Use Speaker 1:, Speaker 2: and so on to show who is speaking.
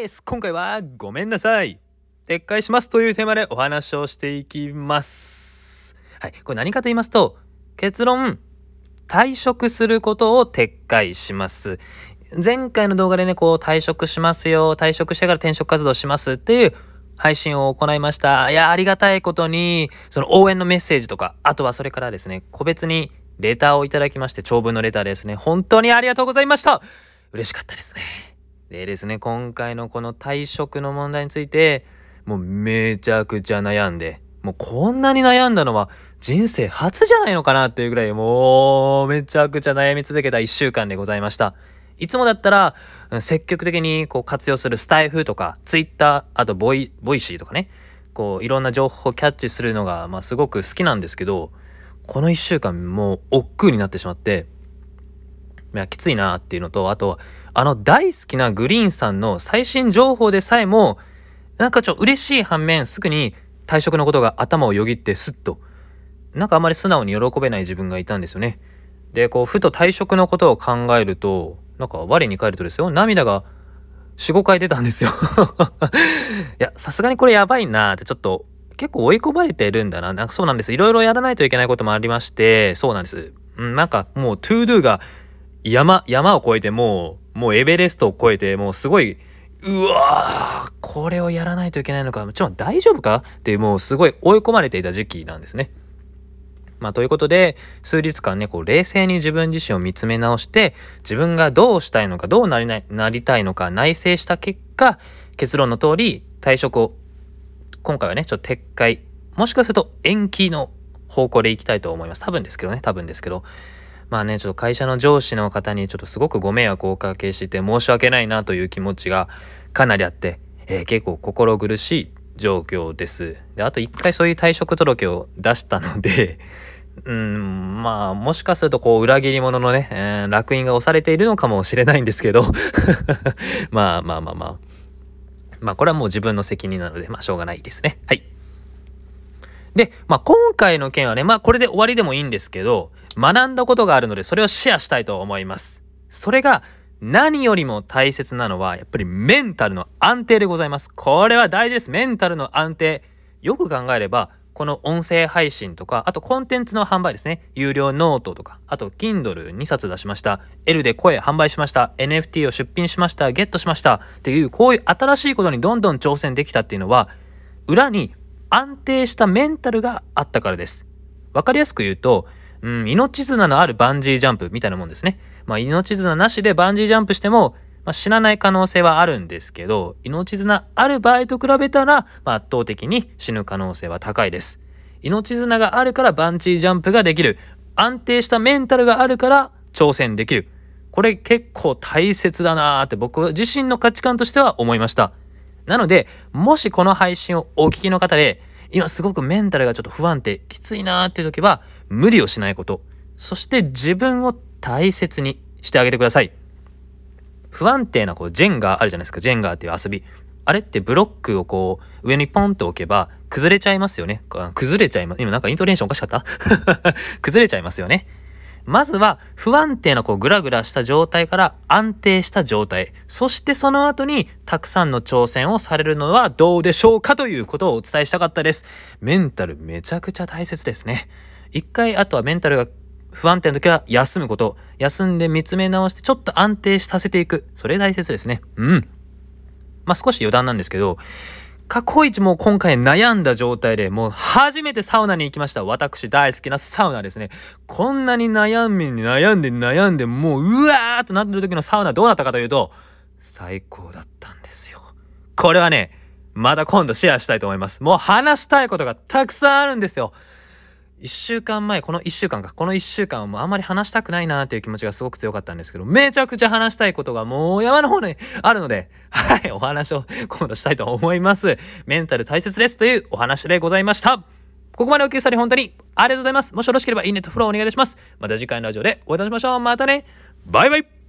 Speaker 1: です。今回はごめんなさい、撤回しますというテーマでお話をしていきます。はい、これ何かと言いますと、結論、退職することを撤回します。前回の動画でね、退職しますよ、退職してから転職活動しますっていう配信を行いました。いや、ありがたいことにその応援のメッセージとか、あとはそれからですね、個別にレターをいただきまして、長文のレターですね、本当にありがとうございました。嬉しかったですね。でですね、今回のこの退職の問題について、もうめちゃくちゃ悩んで、もうこんなに悩んだのは人生初じゃないのかなっていうぐらい、もうめちゃくちゃ悩み続けた1週間でございました。いつもだったら積極的に活用するスタイフとかツイッター、あとボイシーとかね、いろんな情報をキャッチするのがすごく好きなんですけど、この1週間もう億劫になってしまって、いやきついなっていうのと、あと大好きなグリーンさんの最新情報でさえもなんか嬉しい反面、すぐに退職のことが頭をよぎってスッとあんまり素直に喜べない自分がいたんですよね。でふと退職のことを考えると、我に返るとですよ、涙が 4,5 回出たんですよいやさすがにこれやばいなって、ちょっと結構追い込まれてるんだな。そうなんです。いろいろやらないといけないこともありまして、そうなんです。もうトゥードゥが山を越えて、もうエベレストを越えて、もうすごい、うわー、これをやらないといけないのか、大丈夫かっていう、もうすごい追い込まれていた時期なんですね。ということで、数日間ね、冷静に自分自身を見つめ直して、自分がどうしたいのか、どうなりたいのか内省した結果、結論の通り退職を今回はね、撤回、もしかすると延期の方向でいきたいと思います。多分ですけど。会社の上司の方にすごくご迷惑をおかけして申し訳ないなという気持ちがかなりあって、結構心苦しい状況です。で、あと1回そういう退職届を出したのでもしかすると裏切り者のね、烙印が押されているのかもしれないんですけどこれはもう自分の責任なのでしょうがないですね。はい。で、今回の件はね、これで終わりでもいいんですけど、学んだことがあるので、それをシェアしたいと思います。それが、何よりも大切なのは、やっぱりメンタルの安定でございます。これは大事です。メンタルの安定。よく考えれば、この音声配信とか、あとコンテンツの販売ですね。有料ノートとか、あと Kindle2 冊出しました。L で声販売しました。NFT を出品しました。ゲットしました。っていう、こういう新しいことにどんどん挑戦できたっていうのは、裏に安定したメンタルがあったからです。わかりやすく言うと、命綱のあるバンジージャンプみたいなもんですね。命綱なしでバンジージャンプしても、死なない可能性はあるんですけど、命綱ある場合と比べたら、圧倒的に死ぬ可能性は高いです。命綱があるからバンジージャンプができる。安定したメンタルがあるから挑戦できる。これ結構大切だなーって僕自身の価値観としては思いました。なので、もしこの配信をお聞きの方で、今すごくメンタルが不安定、きついなーっていう時は、無理をしないこと。そして自分を大切にしてあげてください。不安定なジェンガーあるじゃないですか。ジェンガーっていう遊び。あれってブロックを上にポンと置けば崩れちゃいますよね。崩れちゃいます。今イントネーションおかしかった崩れちゃいますよね。まずは不安定なグラグラした状態から安定した状態、そしてその後にたくさんの挑戦をされるのはどうでしょうかということをお伝えしたかったです。メンタルめちゃくちゃ大切ですね。一回、あとはメンタルが不安定な時は休むこと、休んで見つめ直してちょっと安定させていく、それ大切ですね。少し余談なんですけど、過去一もう今回悩んだ状態で、もう初めてサウナに行きました。私大好きなサウナですね。こんなに悩んでもううわーっとなってる時のサウナどうなったかというと、最高だったんですよ。これはね、また今度シェアしたいと思います。もう話したいことがたくさんあるんですよ。この1週間はもうあんまり話したくないなーっていう気持ちがすごく強かったんですけど、めちゃくちゃ話したいことがもう山の方にあるので、はい、お話を今度したいと思います。メンタル大切ですというお話でございました。ここまでお聞きされ本当にありがとうございます。もしよろしければいいねとフォローお願いします。また次回のラジオでお会いいたしましょう。またね。バイバイ。